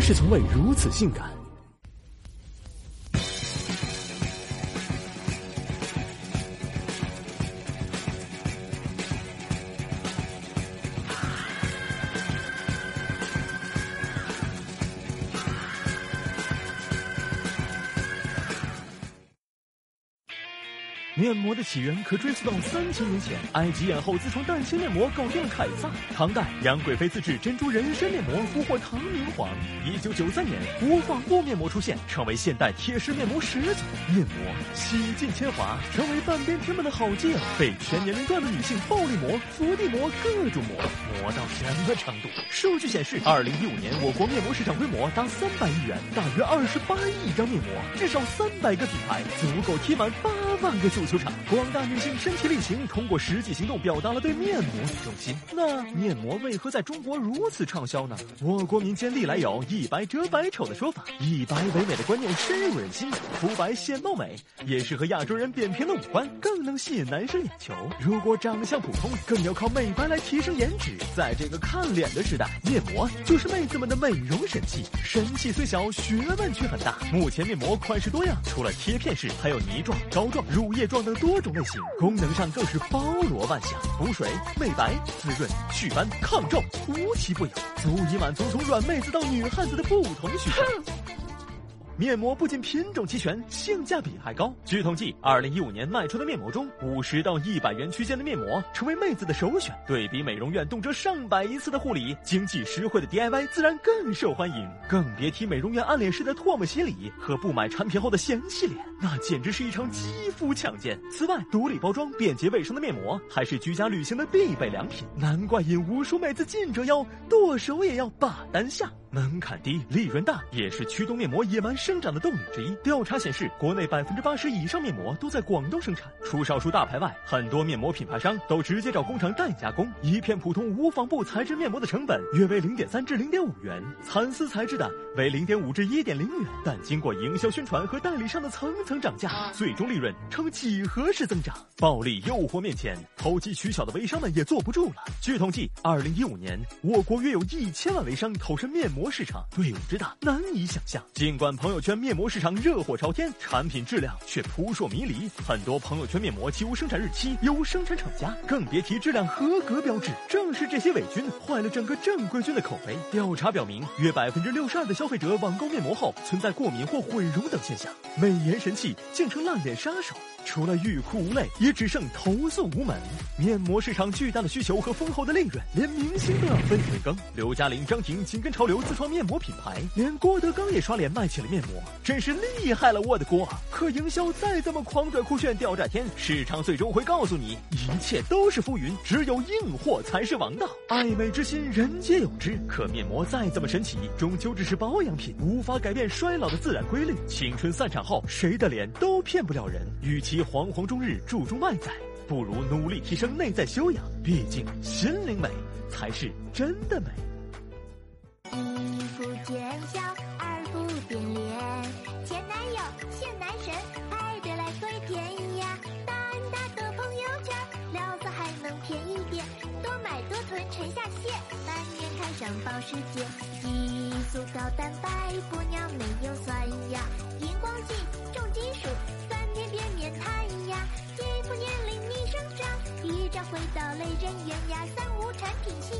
是从未如此性感。面膜的起源可追溯到3000年前，埃及艳后自创蛋形面膜搞定了凯撒。唐代，杨贵妃自制珍珠人参面膜俘获唐明皇。1993年，无纺布面膜出现，成为现代贴身面膜始祖。面膜洗尽铅华，成为半边天们的好基友，被全年龄段的女性暴力膜、伏地魔各种磨到什么程度？数据显示，2015年我国面膜市场规模达300亿元，大约28亿张面膜，至少300个品牌，足够贴满8万个足球场。广大女性身体力行，通过实际行动表达了对面膜的忠心。那面膜为何在中国如此畅销呢？我国民间历来有一白遮百丑的说法，以白为美的观念深入人心。肤白显貌美，也是和亚洲人扁平的五官，更能吸引男生眼球。如果长相普通，更要靠美白来提升颜值。在这个看脸的时代，面膜就是妹子们的美容神器。神器虽小，学问却很大。目前面膜款式多样，除了贴片式，还有泥状、膏状、乳液状等多种类型，功能上更是包罗万象，补水、美白、滋润、祛斑、抗皱，无奇不有，足以满足从软妹子到女汉子的不同需求。面膜不仅品种齐全，性价比还高。据统计，2015年卖出的面膜中，50到100元区间的面膜成为妹子的首选。对比美容院动辄上百一次的护理，经济实惠的 DIY 自然更受欢迎。更别提美容院按脸式的唾沫洗礼和不买产品后的嫌弃脸，那简直是一场肌肤强奸。此外，独立包装、便捷卫生的面膜还是居家旅行的必备良品。难怪引无数妹子尽折腰，剁手也要把单下。门槛低，利润大，也是驱动面膜野蛮生长的动力之一。调查显示，国内80%以上面膜都在广东生产。除少数大牌外，很多面膜品牌商都直接找工厂代加工。一片普通无纺布材质面膜的成本约为0.3至0.5元，蚕丝材质的为0.5至1.0元。但经过营销宣传和代理商的层层涨价，最终利润呈几何式增长。暴利诱惑面前，投机取巧的微商们也坐不住了。据统计，2015年我国约有1000万微商投身面膜市场，队伍之大难以想象。尽管朋友圈面膜市场热火朝天，产品质量却扑朔迷离。很多朋友圈面膜既无生产日期，又无生产厂家，更别提质量合格标志。正是这些伪菌坏了整个正规军的口碑。调查表明，约62%的消费者网购面膜后存在过敏或毁容等现象，美颜神器竟成烂脸杀手。除了欲哭无泪，也只剩投诉无门。面膜市场巨大的需求和丰厚的利润，连明星都要分田耕。刘嘉玲、张庭紧跟潮流自创面膜品牌，连郭德纲也刷脸卖起了面膜，真是厉害了我的锅！可营销再怎么狂拽酷炫吊炸天，市场最终会告诉你，一切都是浮云，只有硬货才是王道。爱美之心人皆有之，可面膜再怎么神奇，终究只是保养品，无法改变衰老的自然规律。青春散场后，谁的脸都骗不了人。与其惶惶终日注重外在，不如努力提升内在修养，毕竟心灵美才是真的美。 一不见笑，二不变脸，前男友现男神，排队来推荐呀！大个朋友圈，聊色还能便宜点，多买多囤沉下泻，半年看上保时捷，激素高蛋白，不尿没有酸呀，荧光剂重金属，3年变面瘫呀，肌肤年龄逆生长，一朝回到类人猿呀，3无产品线。